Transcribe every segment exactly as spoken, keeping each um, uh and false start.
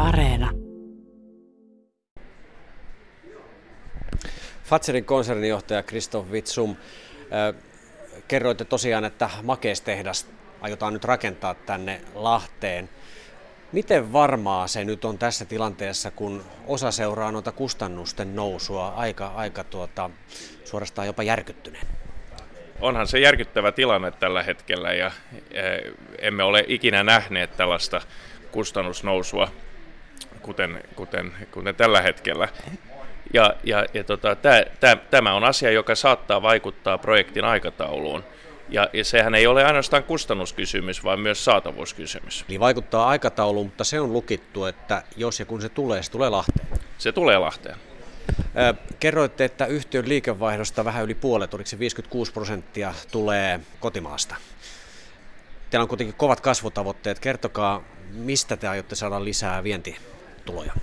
Areena. Fazerin konsernijohtaja Christoph Vitzum, kerroitte tosiaan, että makeistehdas aiotaan nyt rakentaa tänne Lahteen. Miten varmaa se nyt on tässä tilanteessa, kun osa seuraa noita kustannusten nousua aika, aika tuota, suorastaan jopa järkyttyneen? Onhan se järkyttävä tilanne tällä hetkellä ja emme ole ikinä nähneet tällaista kustannusnousua, kuten, kuten, kuten tällä hetkellä. Ja, ja, ja tota, tää, tää, tämä on asia, joka saattaa vaikuttaa projektin aikatauluun. Ja, ja sehän ei ole ainoastaan kustannuskysymys, vaan myös saatavuuskysymys. Eli vaikuttaa aikatauluun, mutta se on lukittu, että jos ja kun se tulee, se tulee Lahteen. Se tulee Lahteen. Ö, kerroitte, että yhtiön liikevaihdosta vähän yli puolet, oliko se viisikymmentäkuusi prosenttia, tulee kotimaasta. Teillä on kuitenkin kovat kasvutavoitteet. Kertokaa, mistä te aiotte saada lisää vientituloja?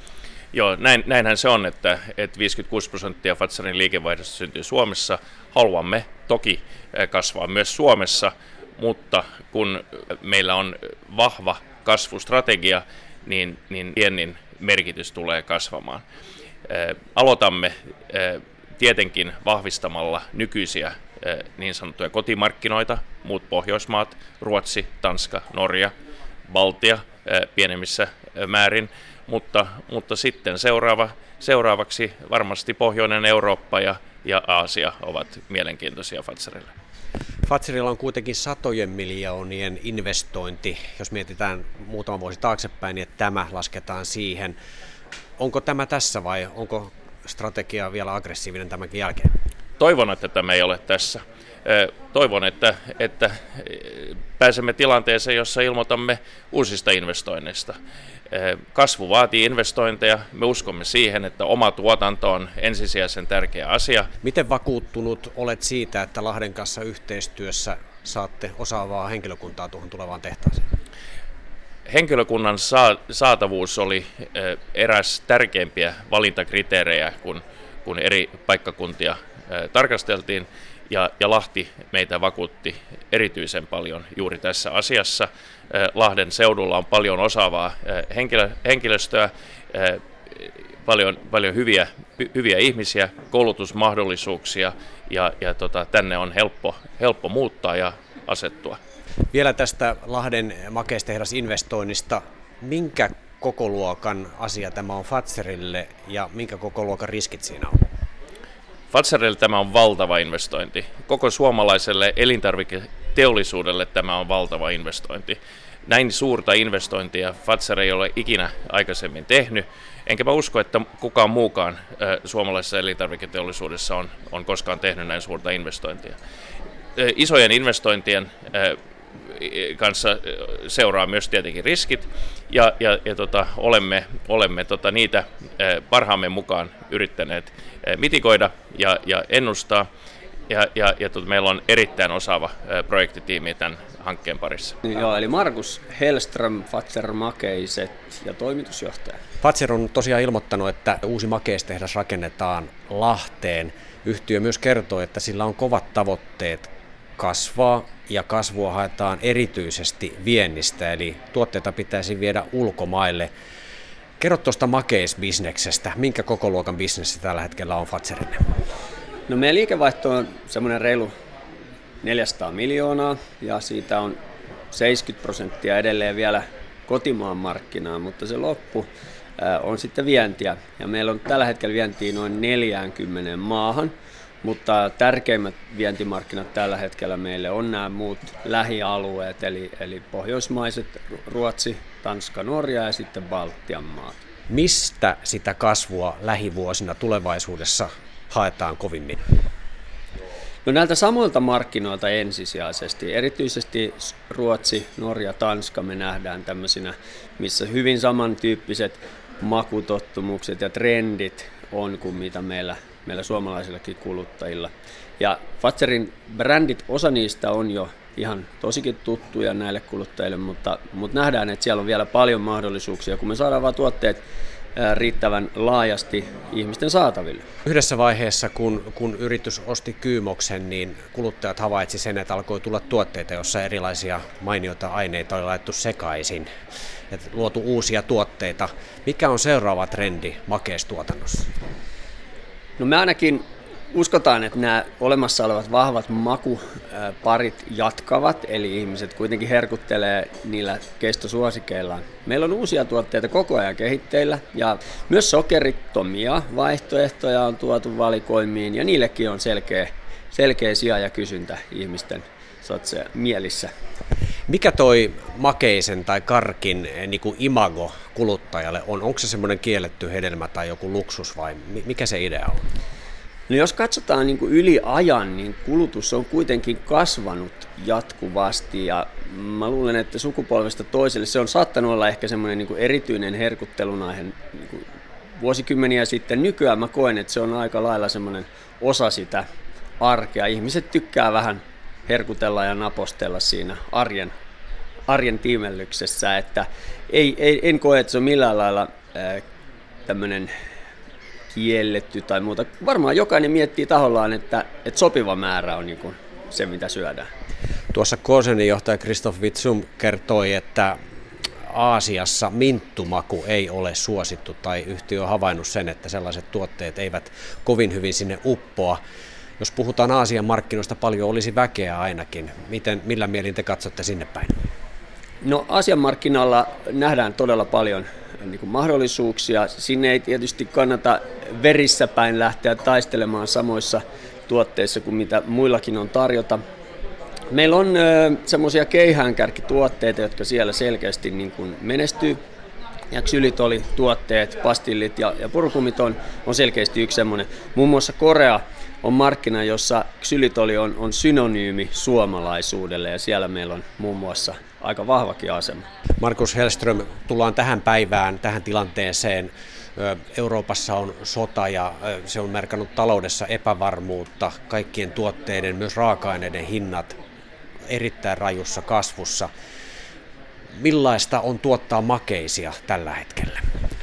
Joo, näin, näinhän se on, että, että viisikymmentäkuusi prosenttia Fazerin liikevaihdosta syntyy Suomessa. Haluamme toki kasvaa myös Suomessa, mutta kun meillä on vahva kasvustrategia, niin, niin viennin merkitys tulee kasvamaan. Aloitamme tietenkin vahvistamalla nykyisiä niin sanottuja kotimarkkinoita, muut Pohjoismaat, Ruotsi, Tanska, Norja, Baltia pienemmissä määrin, mutta, mutta sitten seuraava, seuraavaksi varmasti Pohjoinen Eurooppa ja, ja Aasia ovat mielenkiintoisia Fazerille. Fazerilla on kuitenkin satojen miljoonien investointi, jos mietitään muutama vuosi taaksepäin, niin että tämä lasketaan siihen. Onko tämä tässä vai onko strategia vielä aggressiivinen tämänkin jälkeen? Toivon, että tämä ei ole tässä. Toivon, että, että pääsemme tilanteeseen, jossa ilmoitamme uusista investoinneista. Kasvu vaatii investointeja. Me uskomme siihen, että oma tuotanto on ensisijaisen tärkeä asia. Miten vakuuttunut olet siitä, että Lahden kanssa yhteistyössä saatte osaavaa henkilökuntaa tuohon tulevaan tehtaaseen? Henkilökunnan saatavuus oli eräs tärkeimpiä valintakriteerejä, kun, kun eri paikkakuntia tarkasteltiin, ja, ja Lahti meitä vakuutti erityisen paljon juuri tässä asiassa. Lahden seudulla on paljon osaavaa henkilö, henkilöstöä, paljon, paljon hyviä, hyviä ihmisiä, koulutusmahdollisuuksia, ja, ja tota, tänne on helppo, helppo muuttaa ja asettua. Vielä tästä Lahden makeistehdasinvestoinnista. Minkä kokoluokan asia tämä on Fazerille ja minkä kokoluokan riskit siinä on? Fazerille tämä on valtava investointi. Koko suomalaiselle elintarviketeollisuudelle tämä on valtava investointi. Näin suurta investointia Fazer ei ole ikinä aikaisemmin tehnyt, enkä mä usko, että kukaan muukaan suomalaisessa elintarviketeollisuudessa on, on koskaan tehnyt näin suurta investointia. Isojen investointien kanssa seuraa myös tietenkin riskit, ja, ja, ja tota, olemme, olemme tota, niitä parhaamme mukaan yrittäneet mitikoida ja, ja ennustaa, ja, ja, ja tota, meillä on erittäin osaava projektitiimi tämän hankkeen parissa. Joo, eli Markus Hellström, Fazer Makeiset ja toimitusjohtaja. Fazer on tosiaan ilmoittanut, että uusi makeistehdas rakennetaan Lahteen. Yhtiö myös kertoo, että sillä on kovat tavoitteet kasvaa, ja kasvua haetaan erityisesti viennistä, eli tuotteita pitäisi viedä ulkomaille. Kerro tuosta makeisbisneksestä, minkä kokoluokan bisnes tällä hetkellä on Fazerille? No meidän liikevaihto on semmoinen reilu neljäsataa miljoonaa, ja siitä on seitsemänkymmentä prosenttia edelleen vielä kotimaan markkinaa, mutta se loppu on sitten vientiä, ja meillä on tällä hetkellä vientiä noin neljäänkymmeneen maahan. Mutta tärkeimmät vientimarkkinat tällä hetkellä meille on nämä muut lähialueet, eli, eli pohjoismaiset, Ruotsi, Tanska, Norja ja sitten Baltian maat. Mistä sitä kasvua lähivuosina tulevaisuudessa haetaan kovimmin? No näiltä samoilta markkinoilta ensisijaisesti, erityisesti Ruotsi, Norja, Tanska me nähdään tämmöisinä, missä hyvin samantyyppiset makutottumukset ja trendit on kuin mitä meillä meillä suomalaisillakin kuluttajilla. Ja Fazerin brändit, osa niistä on jo ihan tosikin tuttuja näille kuluttajille, mutta, mutta nähdään, että siellä on vielä paljon mahdollisuuksia. Kun me saadaan vaan tuotteet riittävän laajasti ihmisten saataville. Yhdessä vaiheessa, kun, kun yritys osti Kyymoksen, niin kuluttajat havaitsi sen, että alkoi tulla tuotteita, joissa erilaisia mainioita aineita oli laittu sekaisin, että luotu uusia tuotteita. Mikä on seuraava trendi makeistuotannossa? No me ainakin uskotaan, että nämä olemassa olevat vahvat makuparit jatkavat, eli ihmiset kuitenkin herkuttelee niillä kestosuosikeillaan. Meillä on uusia tuotteita koko ajan kehitteillä ja myös sokerittomia vaihtoehtoja on tuotu valikoimiin ja niillekin on selkeä, selkeä sija ja kysyntä ihmisten satse, mielissä. Mikä toi makeisen tai karkin niin kuin imago kuluttajalle on? Onko se semmoinen kielletty hedelmä tai joku luksus vai mikä se idea on? No jos katsotaan niin kuin yli ajan, niin kulutus on kuitenkin kasvanut jatkuvasti ja mä luulen, että sukupolvesta toiselle se on saattanut olla ehkä semmoinen niin kuin erityinen herkuttelunaihe niin kuin vuosikymmeniä sitten. Nykyään mä koen, että se on aika lailla semmoinen osa sitä arkea. Ihmiset tykkää vähän herkutella ja napostella siinä arjen, arjen tiimellyksessä, että ei, ei, en koe, että se on millään lailla äh, tämmöinen kielletty tai muuta. Varmaan jokainen miettii tahollaan, että, että sopiva määrä on niin kuin se, mitä syödään. Tuossa Koosenin johtaja Christoph Witzum kertoi, että Aasiassa minttumaku ei ole suosittu tai yhtiö on havainnut sen, että sellaiset tuotteet eivät kovin hyvin sinne uppoa. Jos puhutaan Aasian markkinoista, paljon olisi väkeä ainakin. Miten, millä mielin te katsotte sinne päin? No Aasian markkinoilla nähdään todella paljon niin kuin mahdollisuuksia. Sinne ei tietysti kannata verissä päin lähteä taistelemaan samoissa tuotteissa kuin mitä muillakin on tarjota. Meillä on semmoisia keihäänkärkituotteita, jotka siellä selkeästi niin kuin menestyy. Ja ksylitolituotteet, pastillit ja, ja purkumit on, on selkeästi yksi semmoinen. Muun muassa Korea on markkina, jossa ksylitoli on, on synonyymi suomalaisuudelle ja siellä meillä on muun muassa aika vahvakin asema. Markus Hellström, tullaan tähän päivään, tähän tilanteeseen. Euroopassa on sota ja se on merkannut taloudessa epävarmuutta. Kaikkien tuotteiden, myös raaka-aineiden hinnat erittäin rajussa kasvussa. Millaista on tuottaa makeisia tällä hetkellä?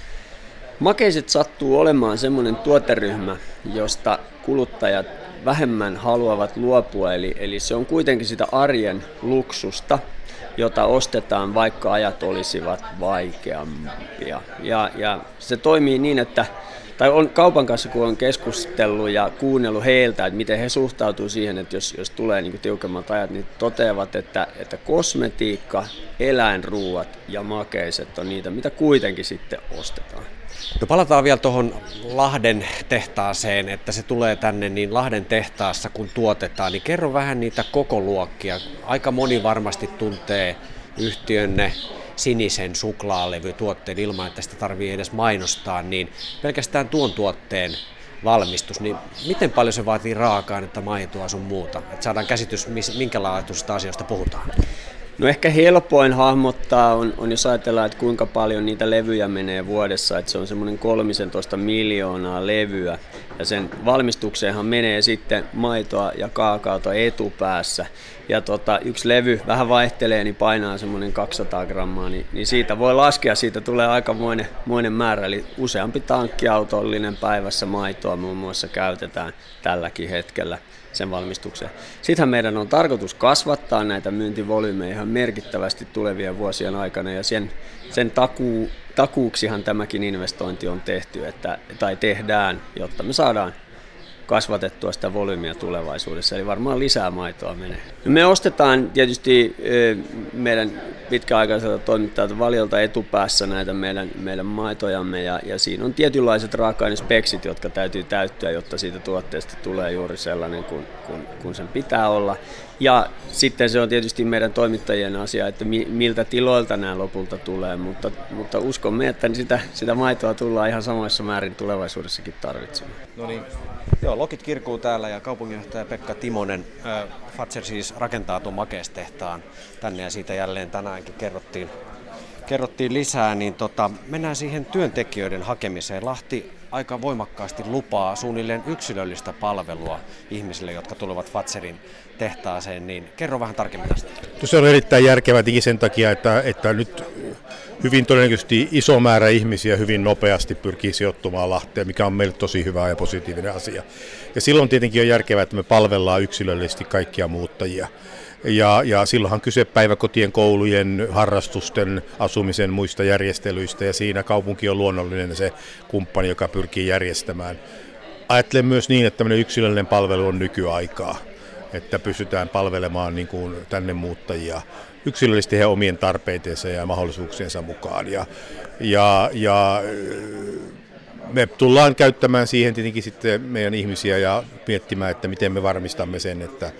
Makeiset sattuu olemaan semmoinen tuoteryhmä, josta kuluttajat vähemmän haluavat luopua, eli, eli se on kuitenkin sitä arjen luksusta, jota ostetaan, vaikka ajat olisivat vaikeampia. Ja, ja se toimii niin, että tai on kaupan kanssa, kun on keskustellut ja kuunnellut heiltä, että miten he suhtautuu siihen, että jos, jos tulee niin kuin tiukemmat ajat, niin toteavat, että, että kosmetiikka, eläinruuat ja makeiset on niitä, mitä kuitenkin sitten ostetaan. No palataan vielä tuohon Lahden tehtaaseen, että se tulee tänne, niin Lahden tehtaassa kun tuotetaan, niin kerro vähän niitä kokoluokkia. Aika moni varmasti tuntee yhtiönne sinisen suklaalevytuotteen ilman, että sitä tarvitsee edes mainostaa, niin pelkästään tuon tuotteen valmistus, niin miten paljon se vaatii raaka-ainetta, maitoa sun muuta, että saadaan käsitys, minkälaatuisista asioista puhutaan? No ehkä helpoin hahmottaa on, on jos ajatellaan, että kuinka paljon niitä levyjä menee vuodessa, että se on semmoinen kolmetoista miljoonaa levyä ja sen valmistukseenhan menee sitten maitoa ja kaakaota etupäässä ja tota, yksi levy vähän vaihtelee, niin painaa semmoinen kaksisataa grammaa, niin, niin siitä voi laskea, siitä tulee aikamoinen moinen määrä, eli useampi tankkiautollinen päivässä maitoa muun muassa käytetään tälläkin hetkellä sen valmistukseen. Sittenhän meidän on tarkoitus kasvattaa näitä myyntivolyymeja ihan merkittävästi tulevien vuosien aikana ja sen, sen takuu, takuuksihan tämäkin investointi on tehty että, tai tehdään, jotta me saadaan kasvatettua sitä volyymiä tulevaisuudessa, eli varmaan lisää maitoa menee. Me ostetaan tietysti meidän pitkäaikaiselta toimittajalta Valiolta etupäässä näitä meidän, meidän maitojamme, ja, ja siinä on tietynlaiset raaka-ainespeksit, jotka täytyy täyttyä, jotta siitä tuotteesta tulee juuri sellainen kuin, kuin, kuin sen pitää olla. Ja sitten se on tietysti meidän toimittajien asia, että mi, miltä tiloilta nämä lopulta tulee, mutta, mutta uskomme, että sitä, sitä maitoa tullaan ihan samoissa määrin tulevaisuudessakin tarvitsemaan. No niin. Joo, lokit kirkuu täällä ja kaupunginjohtaja Pekka Timonen. Äh, Fazer siis rakentaa tuon makeistehtaan tänne ja siitä jälleen tänäänkin kerrottiin, kerrottiin lisää. Niin tota, mennään siihen työntekijöiden hakemiseen. Lahti aika voimakkaasti lupaa suunnilleen yksilöllistä palvelua ihmisille, jotka tulevat Fazerin tehtaaseen, niin kerro vähän tarkemmin tästä. Se on erittäin järkevää sen takia, että, että nyt hyvin todennäköisesti iso määrä ihmisiä hyvin nopeasti pyrkii sijoittumaan Lahteen, mikä on meille tosi hyvä ja positiivinen asia. Ja silloin tietenkin on järkevää, että me palvellaan yksilöllisesti kaikkia muuttajia. Ja, ja silloinhan kyse päiväkotien, koulujen, harrastusten, asumisen muista järjestelyistä, ja siinä kaupunki on luonnollinen se kumppani, joka pyrkii järjestämään. Ajattelen myös niin, että tämmöinen yksilöllinen palvelu on nykyaikaa, että pystytään palvelemaan niin kuin tänne muuttajia yksilöllisesti heidän omien tarpeitensa ja mahdollisuuksiensa mukaan. Ja, ja, ja me tullaan käyttämään siihen tietenkin sitten meidän ihmisiä ja miettimään, että miten me varmistamme sen, että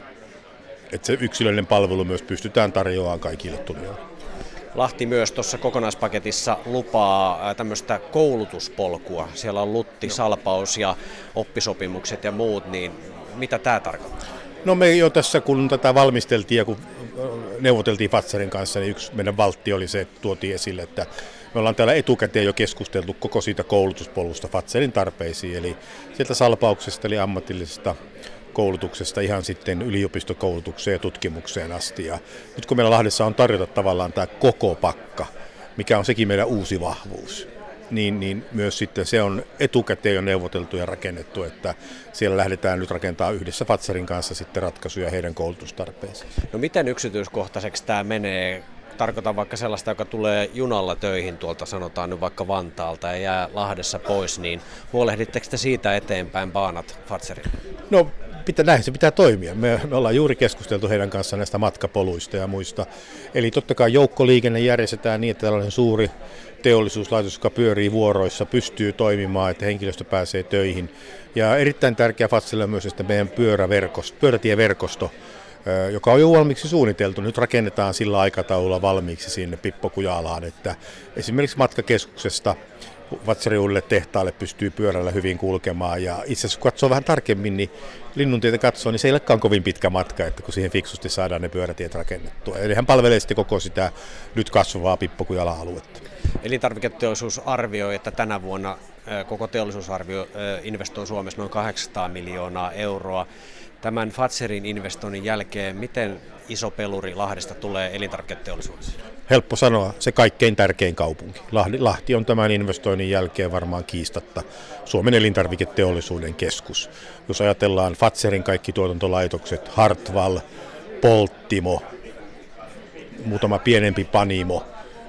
että se yksilöllinen palvelu myös pystytään tarjoamaan kaikille tulijoille. Lahti myös tuossa kokonaispaketissa lupaa tämmöistä koulutuspolkua. Siellä on lutti, salpaus ja oppisopimukset ja muut, niin mitä tämä tarkoittaa? No me jo tässä, kun tätä valmisteltiin ja kun neuvoteltiin Fazerin kanssa, niin yksi meidän valtti oli se, että tuotiin esille, että me ollaan täällä etukäteen jo keskusteltu koko siitä koulutuspolusta Fazerin tarpeisiin, eli sieltä salpauksesta eli ammatillisesta koulutuksesta ihan sitten yliopistokoulutukseen ja tutkimukseen asti. Ja nyt kun meillä Lahdessa on tarjota tavallaan tämä koko pakka, mikä on sekin meidän uusi vahvuus, niin, niin myös sitten se on etukäteen jo neuvoteltu ja rakennettu, että siellä lähdetään nyt rakentamaan yhdessä Fazerin kanssa sitten ratkaisuja heidän koulutustarpeisiin. No miten yksityiskohtaiseksi tämä menee? Tarkoitan vaikka sellaista, joka tulee junalla töihin tuolta, sanotaan nyt vaikka Vantaalta ja jää Lahdessa pois, niin huolehditteko te siitä eteenpäin baanat Fazerin? No pitää, näin se pitää toimia. Me, me ollaan juuri keskusteltu heidän kanssaan näistä matkapoluista ja muista. Eli totta kai joukkoliikenne järjestetään niin, että tällainen suuri teollisuuslaitos, joka pyörii vuoroissa, pystyy toimimaan, että henkilöstö pääsee töihin. Ja erittäin tärkeä Fazerille on myös että meidän pyöräverkosto, pyörätieverkosto, joka on jo valmiiksi suunniteltu. Nyt rakennetaan sillä aikataululla valmiiksi sinne Pippo-Kujalaan, että esimerkiksi matkakeskuksesta Fazerin uudelle tehtaalle pystyy pyörällä hyvin kulkemaan. Ja itse asiassa kun katsoo vähän tarkemmin, niin Linnuntietä katsoo, niin se ei olekaan kovin pitkä matka, että kun siihen fiksusti saadaan ne pyörätiet rakennettua. Eli hän palvelee sitten koko sitä nyt kasvavaa Pippo-Kujala-aluetta. Elintarviketeollisuus arvioi, että tänä vuonna koko teollisuusarvio investoi Suomessa noin kahdeksansataa miljoonaa euroa. Tämän Fazerin investoinnin jälkeen, miten iso peluri Lahdesta tulee elintarviketeollisuudessa? Helppo sanoa, se kaikkein tärkein kaupunki. Lahti, Lahti on tämän investoinnin jälkeen varmaan kiistatta Suomen elintarviketeollisuuden keskus. Jos ajatellaan Fazerin kaikki tuotantolaitokset, Hartwall, Polttimo, muutama pienempi Panimo,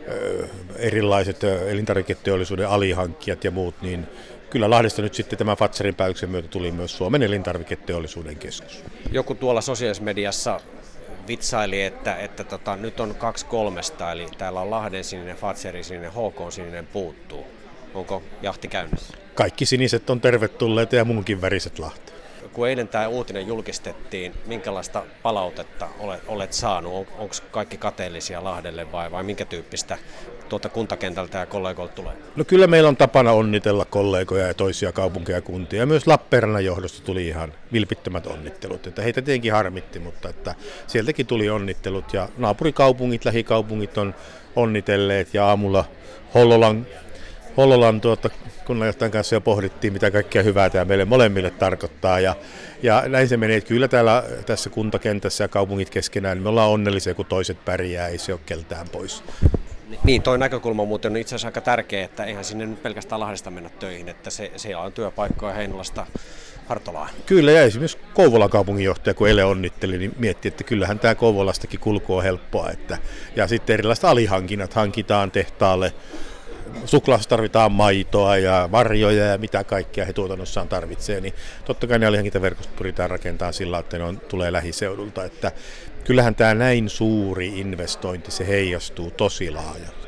erilaiset elintarviketeollisuuden alihankkijat ja muut, niin kyllä Lahdesta nyt sitten tämän Fazerin päätöksen myötä tuli myös Suomen elintarviketeollisuuden keskus. Joku tuolla sosiaalisessa mediassa vitsaili, että, että tota, nyt on kaksi kolmesta, eli täällä on Lahden sininen, Fazerin sininen, H K sininen puuttuu. Onko jahti käynnissä? Kaikki siniset on tervetulleita ja muunkin väriset Lahti. Kun eilen tämä uutinen julkistettiin, minkälaista palautetta olet, olet saanut? On, onko kaikki kateellisia Lahdelle vai, vai minkä tyyppistä tuota kuntakentältä ja kollegoilta tulee? No kyllä meillä on tapana onnitella kollegoja ja toisia kaupunkeja ja kuntia. Ja myös Lappeenrannan johdosta tuli ihan vilpittömät onnittelut. Että heitä tietenkin harmitti, mutta että sieltäkin tuli onnittelut. Ja naapurikaupungit, lähikaupungit on onnitelleet ja aamulla Hollolan Hollolan tuota, kunnanjohtajan kanssa jo pohdittiin, mitä kaikkea hyvää tämä meille molemmille tarkoittaa. Ja, ja näin se menee, että kyllä täällä tässä kuntakentässä ja kaupungit keskenään, niin me ollaan onnellisia, kun toiset pärjää, ei se ole keltään pois. Niin, toi näkökulma muuten on itse asiassa aika tärkeä, että eihän sinne nyt pelkästään Lahdesta mennä töihin, että se, siellä on työpaikkoja Heinolasta Hartolaan. Kyllä, ja esimerkiksi Kouvolan kaupunginjohtaja, kun eilen onnitteli, niin mietti, että kyllähän tämä Kouvolastakin kulku on helppoa. Että, ja sitten erilaiset alihankinnat hankitaan tehtaalle. Suklaassa tarvitaan maitoa ja marjoja ja mitä kaikkea he tuotannossaan tarvitsee, niin totta kai ne alihankintaverkostot pyritään rakentamaan sillä, että ne on, tulee lähiseudulta. Että kyllähän tämä näin suuri investointi, se heijastuu tosi laajalle.